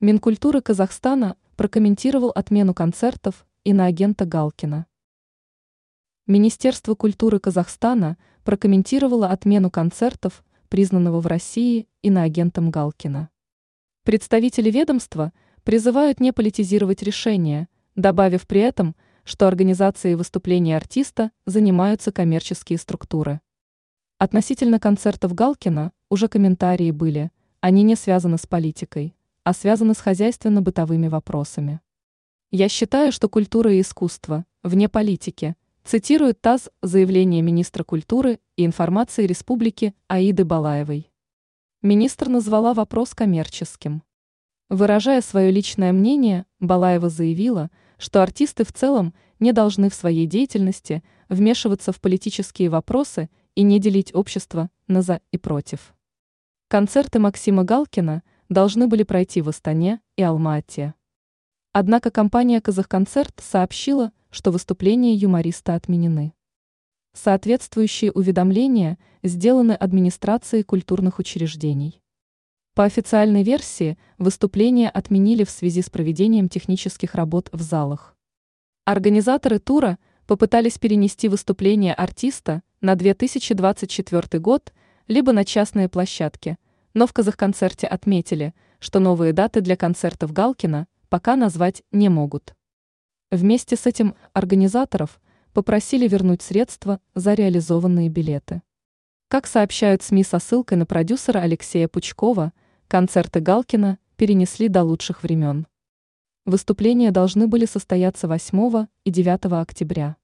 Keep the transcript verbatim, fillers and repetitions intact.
Минкультуры Казахстана прокомментировал отмену концертов иноагента Галкина. Министерство культуры Казахстана прокомментировало отмену концертов, признанного в России иноагентом Галкина. Представители ведомства призывают не политизировать решение, добавив при этом, что организацией выступлений артиста занимаются коммерческие структуры. Относительно концертов Галкина уже комментарии были, они не связаны с политикой, а связаны с хозяйственно-бытовыми вопросами. Я считаю, что культура и искусство вне политики, цитирует ТАСС заявление министра культуры и информации Республики Аиды Балаевой. Министр назвала вопрос коммерческим. Выражая свое личное мнение, Балаева заявила, что артисты в целом не должны в своей деятельности вмешиваться в политические вопросы и не делить общество на «за» и «против». Концерты Максима Галкина должны были пройти в Астане и Алма-Ате. Однако компания «Казахконцерт» сообщила, что выступления юмориста отменены. Соответствующие уведомления сделаны администрацией культурных учреждений. По официальной версии, выступления отменили в связи с проведением технических работ в залах. Организаторы тура попытались перенести выступление артиста на две тысячи двадцать четвёртый год либо на частные площадки, но в Казахконцерте отметили, что новые даты для концертов Галкина пока назвать не могут. Вместе с этим организаторов попросили вернуть средства за реализованные билеты. Как сообщают СМИ со ссылкой на продюсера Алексея Пучкова, концерты Галкина перенесли до лучших времен. Выступления должны были состояться восьмого и девятого октября.